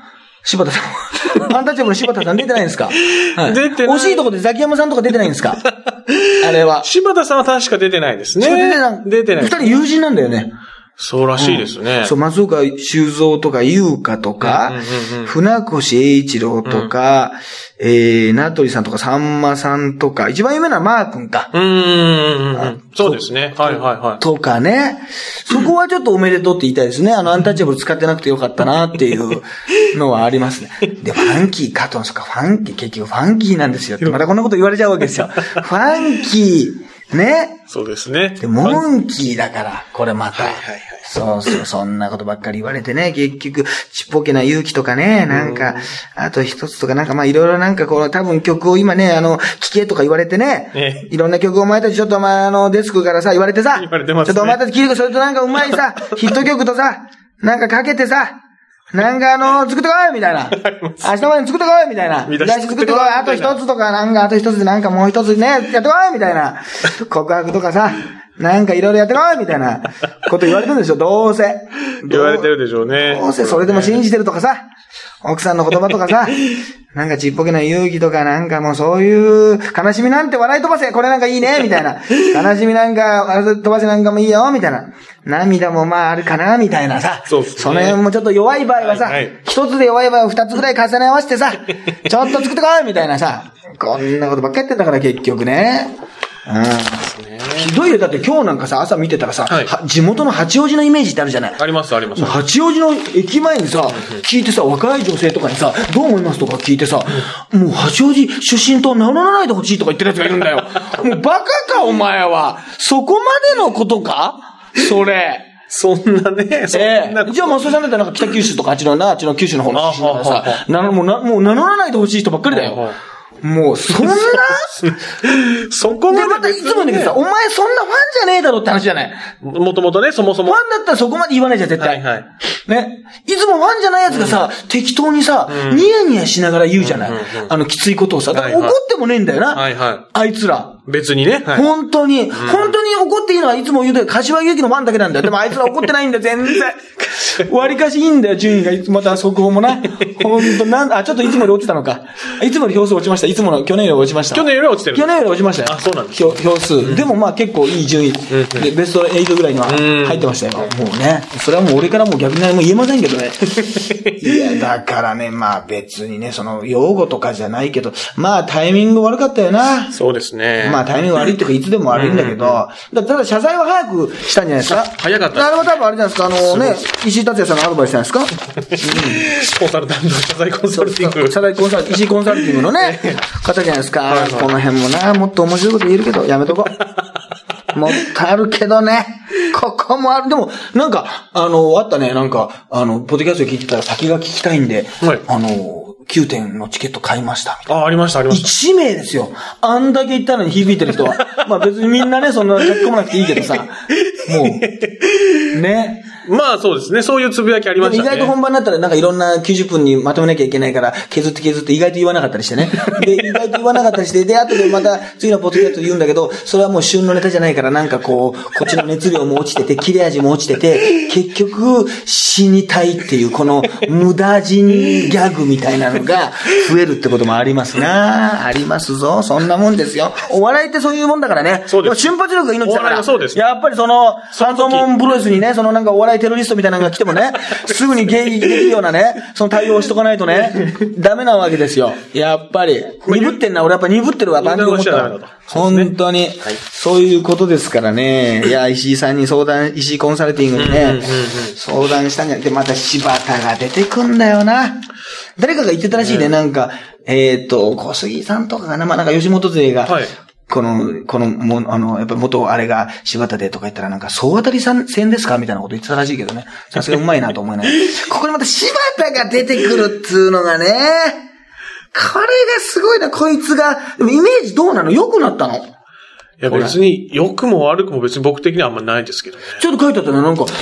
柴田さん。アンタッチャブルの柴田さん出てないんですか？はい、 出てない。 惜しいとこでザキヤマさんとか出てないんですか？あれは。 柴田さんは確か出てないですね。 出てない。 出てない。 二人友人なんだよね。 そうらしいですね。 うん、そう、松岡修造とか優香とか、うんうんうん、船越英一郎とか、うん、えー、名取さんとかさんまさんとか、一番有名なのはマー君か。 うーん。そうですね。はいはいはい。 とかね。そこはちょっとおめでとうって言いたいですね。あの、アンタッチャブル使ってなくてよかったなっていうのはありますね。で、ファンキー、加藤さんか、ファンキー、結局ファンキーなんですよって、またこんなこと言われちゃうわけですよ。ファンキー、ね。 そうですね。 で、モンキーだから、これまた。 はいはいはい。 そうそう、そんなことばっかり言われてね、結局、ちっぽけな勇気とかね、なんか、あと一つとかなんか、まあいろいろなんかこう、多分曲を今ね、あの、聴けとか言われてね、ねいろんな曲をお前たちちょっとお前あの、デスクからさ、言われてさ、 言われてますね、 ちょっとお前たち聴いてそれとなんかうまいさ、ヒット曲とさ、なんかかけてさ、なんかあの、作ってこいみたいな。明日までに作ってこいみたいな。見出し作ってこいあと一つとか、なんかあと一つでなんかもう一つね、やってこいみたいな。告白とかさ、なんかいろいろやってこいみたいなこと言われてるんでしょ、どうせ。 言われてるでしょうね。 どうせそれでも信じてるとかさ、奥さんの言葉とかさ、なんかちっぽけな勇気とかなんかもうそういう、悲しみなんて笑い飛ばせこれなんかいいねみたいな。悲しみなんか笑い飛ばせなんかもいいよみたいな。涙もまああるかなみたいなさ。 そうですね。 その辺もちょっと弱い場合はさ、一、はいはい、つで弱い場合は二つぐらい重ね合わせてさ、ちょっと作ってこいみたいなさ。こんなことばっかりやってんだから結局ね。うん。ひどいよ。だって今日なんかさ、朝見てたらさ、はい、地元の八王子のイメージってあるじゃない。 ありますあります。 八王子の駅前にさ、聞いてさ、若い女性とかにさ、どう思いますとか聞いてさ、もう八王子出身と名乗らないでほしいとか言ってる奴がいるんだよ。もうバカかお前は。そこまでのことかそれ。 そんなね、そんな、えー。じゃあ、マスオさんだったらなんか北九州とかあっちのな、あっちの九州の方の出身だからさ、な、もうな、もう名乗らないでほしい人ばっかりだよ。もう、そんなそこまで、ね。 で、またいつも言うんだけどさ、お前そんなファンじゃねえだろって話じゃない。 もともとね、そもそも。 ファンだったらそこまで言わないじゃん、絶対。はいはい。ね。いつもファンじゃない奴がさ、うん、適当にさ、うん、ニヤニヤしながら言うじゃない。うんうんうん、あの、きついことをさ。だから怒ってもねえんだよな。はいはい。あいつら。 別にね。 はい、本当に、うん、本当に怒っていいのはいつも言うと柏木由紀のファンだけなんだよ。でもあいつら怒ってないんだよ、全然。割かしいいんだよ、順位が。また速報もな。ほんと、なん、あ、ちょっといつもより落ちたのか。いつもより票数落ちました。いつもの、去年より落ちました。 去年より落ちてる。 去年より落ちましたよ。 あ、そうなんです、 ね。票数、うん。でもまあ結構いい順位。うん、でベストはちぐらいには入ってましたよ。もうね。それはもう俺からもう逆に何も言えませんけどね。いや、だからね、まあ別にね、その、用語とかじゃないけど、まあタイミング悪かったよな。 そうですね。 まあタイミング悪いっていうか、いつでも悪いんだけど、うんうんうん、だただ謝罪は早くしたんじゃないですか。 早かった。 あれは多分あれじゃないですか、あのね、石井達也さんのアドバイスじゃないですか。うん、 コンサルタント、謝罪コンサルティング。 謝罪コンサル、石井コンサルティングのね、方じゃないですか。はいはい、この辺もな、もっと面白いこと言えるけど、やめとこう。もっとあるけどね。ここもある。でも、なんか、あの、あったね、なんか、あの、ポッドキャスト聞いてたら先が聞きたいんで、はい、あの、きゅうてんのチケット買いましたみたいな。 あ、ありました、ありました。 いち名ですよ。あんだけ言ったのに響いてる人は。まあ別にみんなね、そんな書き込まなくていいけどさ。もう、ね。 まあそうですね。そういうつぶやきありましたね。 意外と本番になったらなんかいろんなきゅうじゅっぷんにまとめなきゃいけないから削って削って意外と言わなかったりしてね。で、意外と言わなかったりして、で、後でまた次のポッドキャスト言うんだけど、それはもう旬のネタじゃないからなんかこう、こっちの熱量も落ちてて、切れ味も落ちてて、結局死にたいっていうこの無駄死にギャグみたいなのが増えるってこともありますな。ありますぞ。そんなもんですよ。お笑いってそういうもんだからね。 そうです。 瞬発力が命だから。お笑いはそうです。 やっぱりその、サンドモンプロレスにね、そのなんかお笑いテロリストみたいなのが来てもね、すぐに迎撃できるようなね、その対応をしとかないとね、ダメなわけですよ。やっぱり。鈍ってんな、俺やっぱ鈍ってるわ、番組思ったら。本当に、はい。そういうことですからね。いや、石井さんに相談、石井コンサルティングにね、相談したんじゃなくて、また柴田が出てくんだよな。誰かが言ってたらしいね、なんか、えっと、小杉さんとかがな、まあなんか吉本勢が、はい、この、この、も、あの、やっぱり元あれが柴田でとか言ったらなんか、総当たり戦ですかみたいなこと言ってたらしいけどね。さすがうまいなと思いながら。ここにまた柴田が出てくるっつうのがね、これがすごいな、こいつが。でもイメージどうなの？良くなったの？ いや別に、良くも悪くも別に僕的にはあんまないですけどね。 ちょっと書いてあったね、なんか、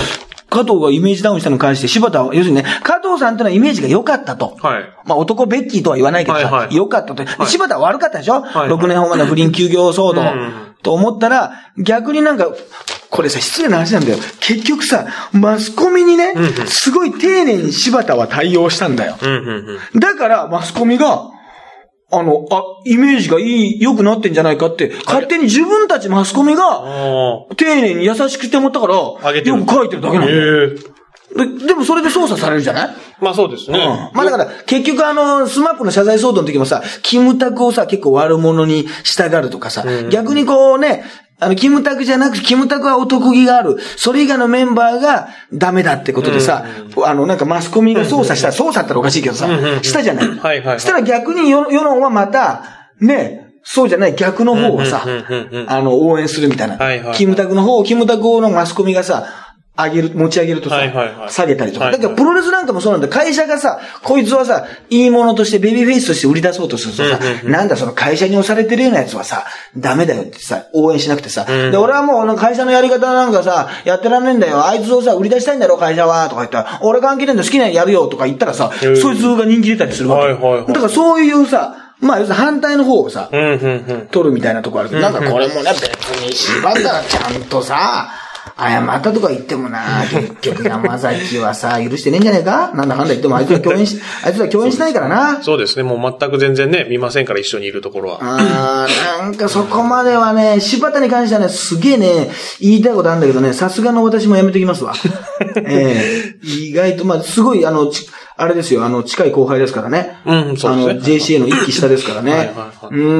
加藤がイメージダウンしたのに関して柴田は、要するにね、加藤さんってのはイメージが良かったと。はい。まあ男ベッキーとは言わないけどさ、はいはい、良かったと。はい、柴田は悪かったでしょ、はいはい、ろくねんほんまで不倫休業騒動、うん、と思ったら、逆になんか、これさ、失礼な話なんだよ。結局さ、マスコミにね、うんうん、すごい丁寧に柴田は対応したんだよ。うんうんうん、だから、マスコミが、あの、あ、イメージがいい、良くなってんじゃないかって、勝手に自分たちマスコミが、丁寧に優しくしてもらったから、よく書いてるだけなんだよ。で, でもそれで捜査されるじゃない？ まあそうですね。うん。 まあだから、結局あの、スマップの謝罪騒動の時もさ、キムタクをさ、結構悪者に従うとかさ、うん、逆にこうね、あの、キムタクじゃなくて、キムタクはお得意がある。それ以外のメンバーがダメだってことでさ、うん、あの、なんかマスコミが捜査したら、捜査ったらおかしいけどさ、したじゃない。はいはいはい。したら逆に世論はまた、ね、そうじゃない逆の方をさ、あの、応援するみたいな。はいはいはい、キムタクの方を、キムタクのマスコミがさ、上げる、持ち上げるとさ、はいはいはい、下げたりとか。だからプロレスなんかもそうなんだ。会社がさ、こいつはさ、いいものとしてベビーフェイスとして売り出そうとするとさ、うんうんうん、なんだその会社に押されてるようなやつはさ、ダメだよってさ、応援しなくてさ。うん、で、俺はもう会社のやり方なんかさ、やってらんねえんだよ。あいつをさ、売り出したいんだろ、会社は。とか言ったら、俺関係ねえんだ、好きなやるよ。とか言ったらさ、うん、そいつが人気出たりするわけ。はいはいはい、だからそういうさ、まあ、要するに反対の方をさ、うんうんうん、取るみたいなとこあるけど、なんかこれもね、別に縛ったらちゃんとさ、謝ったとか言ってもな、結局山崎はさ、許してねえんじゃないか？なんだかんだ言ってもあいつは共演し、あいつは共演しないからな。 そうですね、もう全く全然ね、見ませんから一緒にいるところは。 あー、なんかそこまではね、柴田に関してはね、すげえね、言いたいことあるんだけどね、さすがの私もやめときますわ。ええー、意外と、まあ、すごい、あの、あれですよ、あの、近い後輩ですからね。うん、そうですね。あの、ジェーシーエー の一期下ですからね。はいはいはい。うん、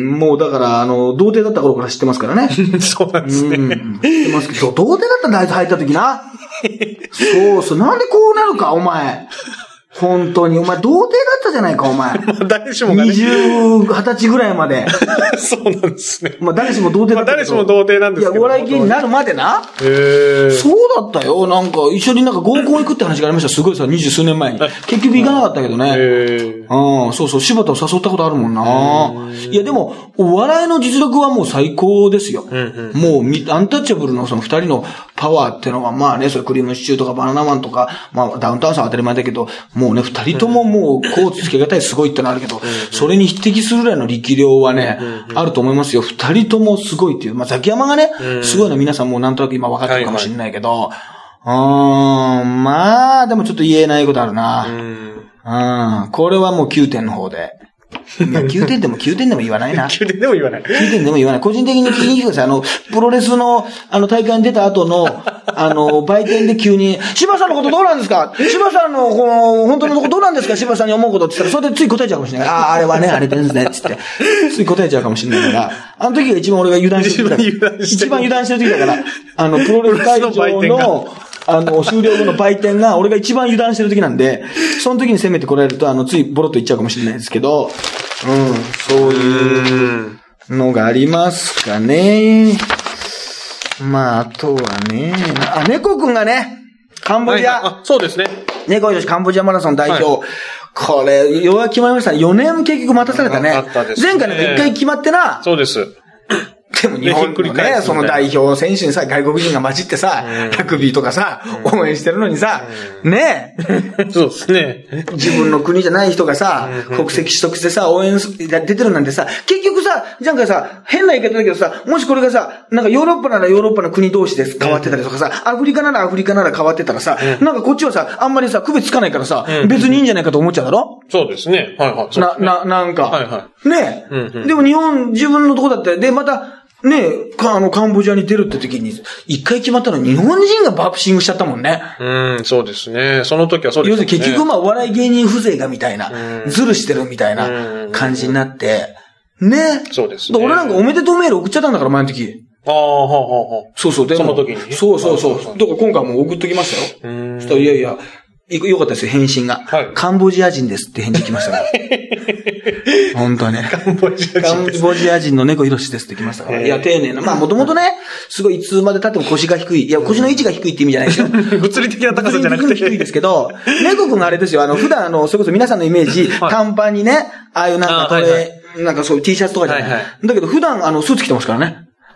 もうだから、あの、童貞だった頃から知ってますからね。 そうなんですね。うん、 知ってますけど、童貞だったんだ、あいつ入った時な。そうそう、なんでこうなるか、お前。本当に。お前、童貞だったじゃないか、お前。まあ、 誰しもがね。 二十、二十歳ぐらいまで。 そうなんですね。 まあ、誰しも童貞だったけど。まあ、 誰しも童貞なんですけど。 いや、お笑い芸人になるまでな。へー。そうだったよ。なんか、一緒になんか合コン行くって話がありました。すごいさ、二十数年前に。結局行かなかったけどね。へー。うん、そうそう、柴田を誘ったことあるもんな。いや、でも、お笑いの実力はもう最高ですよ。うんうん、もう、アンタッチャブルのその二人のパワーってのは、まあね、それクリームシチューとかバナナマンとか、まあ、ダウンタウンさんは当たり前だけど、もうね、二人とももう、コーツつけがたいすごいってのあるけど、それに匹敵するぐらいの力量はね、あると思いますよ。二人ともすごいっていう。まあ、ザキヤマがね、すごいの皆さんもうなんとなく今分かってるかもしれないけど、うーん、まあ、でもちょっと言えないことあるな。うん、これはもうきゅうてんの方で。いや、きゅうてんでもきゅうてんでも言わないな。 きゅうてんでも言わない。 きゅうてんでも言わない。個人的に聞きに来てください。あの、プロレスの、あの、大会に出た後の、あの、売店で急に、柴さんのことどうなんですか？柴さんの、この、本当のとこどうなんですか？柴さんに思うことって言ったら、それでつい答えちゃうかもしれない。ああ、あれはね、あれですね、つって。つい答えちゃうかもしれないから、あの時が一番俺が油断してる時だから。一番油断してる時だから、あの、プロレス会場の、あの、終了後の売店が、俺が一番油断してる時なんで、その時に攻めてこられると、あの、ついボロッと言っちゃうかもしれないですけど、うん、そういうのがありますかね。まあ、あとはね、あ、猫くんがね、カンボジア。はい、あ、 そうですね。 猫女子カンボジアマラソン代表。はい、これ、ようやく決まりましたね。よねん結局待たされたね。あったですね。前回なんかいっかい決まってな。 そうです。 でも日本のね、その代表選手にさ、外国人が混じってさ、ラグビーとかさ、応援してるのにさ、ねえ。そうですね。 自分の国じゃない人がさ、国籍取得してさ、応援出てるなんてさ、結局さ、なんかさ、変な言い方だけどさ、もしこれがさ、なんかヨーロッパならヨーロッパの国同士で変わってたりとかさ、アフリカならアフリカなら変わってたらさ、なんかこっちはさ、あんまりさ、区別つかないからさ、別にいいんじゃないかと思っちゃうだろ？ そうですね。はいはい。 な、な、なんか。はいはい。ねえ。でも日本、自分のとこだったら、で、また、ねえ、か、あの、カンボジアに出るって時に、一回決まったの日本人がバッシングしちゃったもんね。 うん、そうですね。その時はそうですね。 要するに結局まあ、お笑い芸人風情がみたいな、ずるしてるみたいな感じになって、ね。 そうですね。 俺なんかおめでとうメール送っちゃったんだから、前の時。 ああ、はあ、はあ。 そうそう、でも。 その時に。 そうそうそう。だから今回も送っときましたよ。うん。そしたら、いやいや、よかったですよ、返信が。はい。カンボジア人ですって返事来ましたから。本当はね。 カンボジア人。 カンボジア人の猫ひろしですって来ましたから。いや、丁寧な。まあ、もともとね、すごいいつまで経っても腰が低い。いや、腰の位置が低いって意味じゃないですよ。 物理的な高さじゃなくて。 物理的に低いですけど、猫くんがあれですよ、あの、普段あの、それこそ皆さんのイメージ、短パンにね、ああいうなんかこれ、なんかそういう T シャツとかじゃない。だけど普段あの、スーツ着てますからね。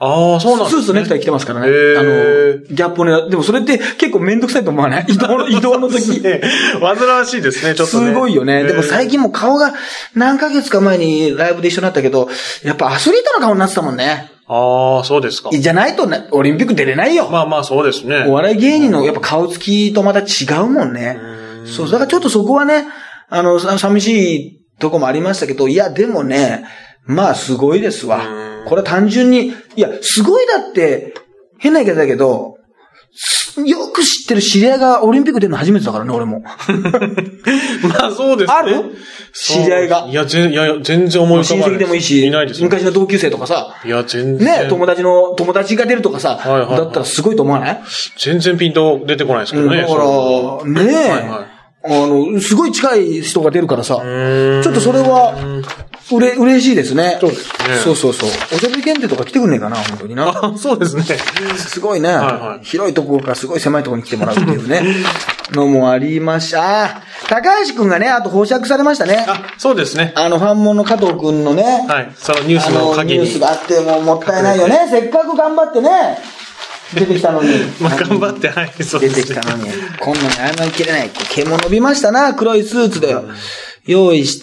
ああ、そうなんですね。 スーツネクタイ着てますからね。あの、ギャップをね、でもそれって結構めんどくさいと思わない移動の、移動の時。 ね、煩わしいですね、ちょっとね。 すごいよね。でも最近もう顔が何ヶ月か前にライブで一緒になったけど、やっぱアスリートの顔になってたもんね。 ああ、そうですか。 じゃないとね、オリンピック出れないよ。 まあまあそうですね。 お笑い芸人のやっぱ顔つきとまた違うもんね。うんそう、だからちょっとそこはね、あの、寂しいとこもありましたけど、いや、でもね、まあすごいですわ。これは単純に、いや、すごいだって、変な言い方だけど、よく知ってる知り合いがオリンピック出るの初めてだからね、俺も。 まあそうですね。 ある知り合いが。 いや、全、いや、全然思い浮かばない。 親戚でもいいし、 いないです、ね、 昔の同級生とかさ。 いや、全然。 ね、友達の、友達が出るとかさ。はいはいはい、だったらすごいと思わない？ 全然ピンと出てこないですけどね。 だから、ねえ。はいはいあの、すごい近い人が出るからさ、ちょっとそれは、うれ、嬉しいですね。 そうですね。 そうそうそう。おしゃべり検定とか来てくんねえかな、本当にな。 あ、そうですね。 すごいね、はいはい。広いところからすごい狭いところに来てもらうっていうね、のもありました。あ、高橋くんがね、あと保釈されましたね。 あ、そうですね。 あの、ファンモンの加藤くんのね。 はい。そのニュースの限り。 ニュースがあってももったいないよね。せっかく頑張ってね。出てきたのに。 まあ、頑張って、はい、 そうですね。出てきたのに。こんなに謝りきれない。毛も伸びましたな、黒いスーツで。用意して、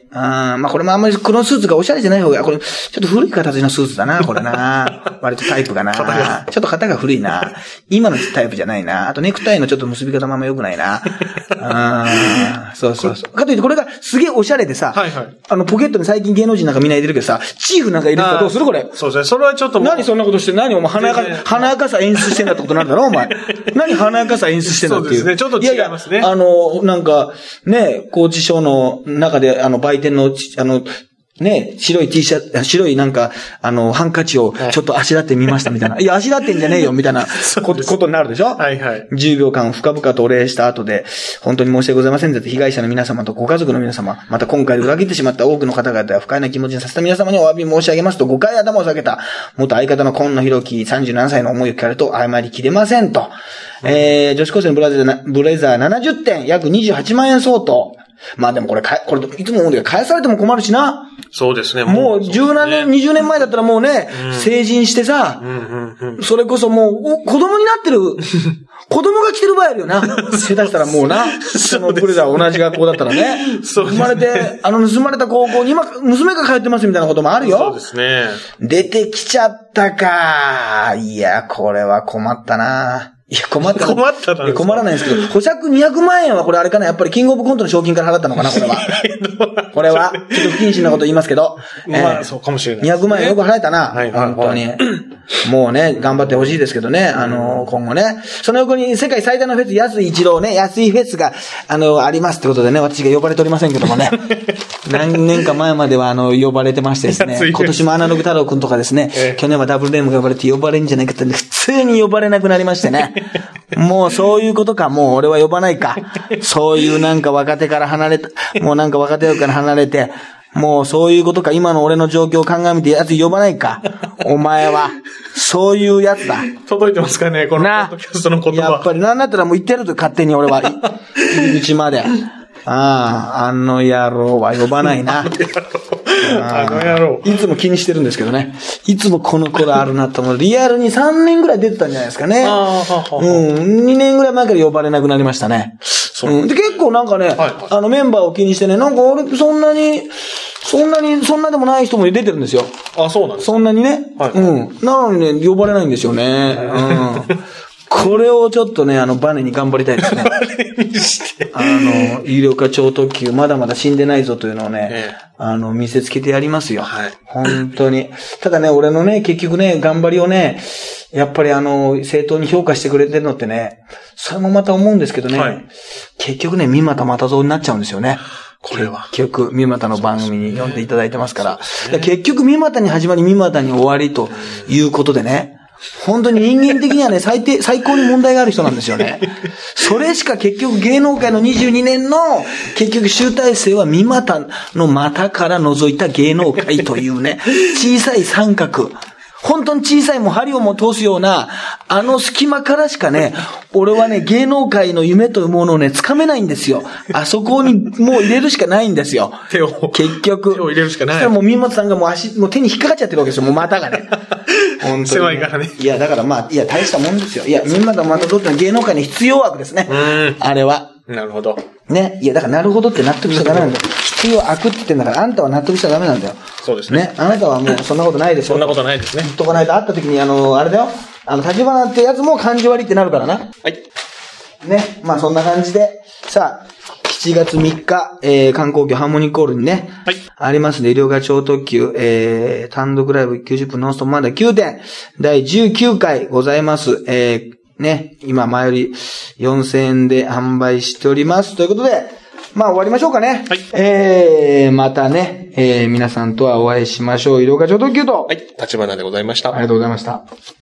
あまあこれもあんまり黒スーツがおしゃれじゃない方が、これちょっと古い形のスーツだな、これな。割とタイプがな。ちょっと型が古いな。今のタイプじゃないな。あとネクタイのちょっと結び方もあんま良くないな。あそうそうそう。かといってこれがすげえおしゃれでさ、はいはい、あのポケットに最近芸能人なんかみんな入れるけどさ、チーフなんか入れてたらどうするこれ。 そうですね。それはちょっと何そんなことして、何お前華やか、華やかさ演出してんだってことなんだろお前。何華やかさ演出してんだっていう。 そうですね。ちょっと違いますね。 いやいやあの、なんか、ね、高知省の中で、あの、売店の、あの、ね、白い T シャツ、白いなんか、あの、ハンカチをちょっとあしらってみましたみたいな。いや、あしらってんじゃねえよみたいなこ と, ことになるでしょはいはい。じゅうびょうかん深々とお礼した後で、本当に申し訳ございませんって被害者の皆様とご家族の皆様、また今回裏切ってしまった多くの方々や不快な気持ちにさせた皆様にお詫び申し上げますと、ごかい頭を下げた元相方の今野博樹さんじゅうななさいの思いを聞かれると謝りきれませんと。うん、えー、女子高生のブラザー、ブレザーななじゅってん、約にじゅうはちまんえん相当。まあでもこれ、これ、いつも思うんだけど、返されても困るしな。 そうですね。 もう、十何年、二十年前だったらもうね、うん、成人してさ、うんうんうん、それこそもう、子供になってる、子供が来てる場合あるよな。下手したらもうな、そのブレザー同じ学校だったらね。そうですね。生まれて、あの盗まれた高校に今、娘が通ってますみたいなこともあるよ。 そうですね。 出てきちゃったか。いや、これは困ったな。いや、困った。 困ったな。 困らないんですけど、保釈にひゃくまんえんはこれあれかなやっぱりキングオブコントの賞金から払ったのかなこれは。これは。ちょっと不謹慎なこと言いますけど。 まあ、そうかもしれない。 にひゃくまんえんよく払えたな。はい、本当に。もうね、頑張ってほしいですけどね。あの、今後ね。その横に世界最大のフェス、安井一郎ね、安井フェスが、あの、ありますってことでね、私が呼ばれておりませんけどもね。何年か前までは、あの、呼ばれてましてですね。今年もアナログ太郎くんとかですね、ええ、去年はダブルネームが呼ばれて呼ばれるんじゃないかって、普通に呼ばれなくなりましてね。もうそういうことか、もう俺は呼ばないか。そういうなんか若手から離れた、もうなんか若手から離れて、もうそういうことか、今の俺の状況を鑑みてやつ呼ばないか。お前は。そういうやつだ。 届いてますかね、このポッドキャストの言葉。 やっぱりなんだったらもう言ってやると勝手に俺は。入り口まで。ああ、あの野郎は呼ばないな。 あの野郎。 いつも気にしてるんですけどね。いつもこの頃あるなと思う。リアルにさんねんぐらい出てたんじゃないですかね。ああ、うん。にねんぐらい前から呼ばれなくなりましたね。そう。うん、で、結構なんかね、はいはい、あのメンバーを気にしてね、なんか俺そんなに、そんなに、そんなでもない人も出てるんですよ。 あ、そうなんですか。 そんなにね。はい、はい。うん。なのにね、呼ばれないんですよね。うん。これをちょっとね、あの、バネに頑張りたいですね。 バネにして。 あの、有料化超特急、まだまだ死んでないぞというのをね、ええ、あの、見せつけてやりますよ。はい。本当に。ただね、俺のね、結局ね、頑張りをね、やっぱりあの、正当に評価してくれてるのってね、それもまた思うんですけどね、はい、結局ね、三股又蔵になっちゃうんですよね。 これは。 結局、三股の番組に読んでいただいてますから。ね、結局、三股に始まり、三股に終わりということでね、本当に人間的にはね、最低、最高に問題がある人なんですよね。それしか結局芸能界のにじゅうにねんの結局集大成は三股の股から覗いた芸能界というね、小さい三角。 本当に小さいもう針をも通すような、あの隙間からしかね、俺はね、芸能界の夢というものをね、掴めないんですよ。あそこにもう入れるしかないんですよ。 手を。 結局。 手を入れるしかない。 そしたらもう三本さんがもう足、もう手に引っかかっちゃってるわけですよ、もう股がね。 本当に、ね。狭いからね。 いや、だからまあ、いや、大したもんですよ。いや、三本さんまたどっちの芸能界に必要悪ですね。うん。あれは。 なるほど。 ね。いや、だからなるほどって納得しちゃダメなんだよ。必要悪って言ってんだから、あんたは納得しちゃダメなんだよ。 そうですね。 ね。あなたはもうそんなことないですよ。 そんなことないですね。 言っとかないと会った時に、あの、あれだよ。あの、立花ってやつも感じ悪いってなるからな。 はい。 ね。まあそんな感じで、さあ、しちがつみっか、えー、観光局ハーモニーコールにね、はい。ありますね。医療が超特急、えー、単独ライブきゅうじゅっぷんノンストップまだきゅうてん、だいじゅうきゅうかいございます。えー、ね。今、前よりよんせんえんで販売しております。ということで、まあ終わりましょうかね。はい。えー、またね、えー、皆さんとはお会いしましょう。医療課長特急と。 はい。立花でございました。 ありがとうございました。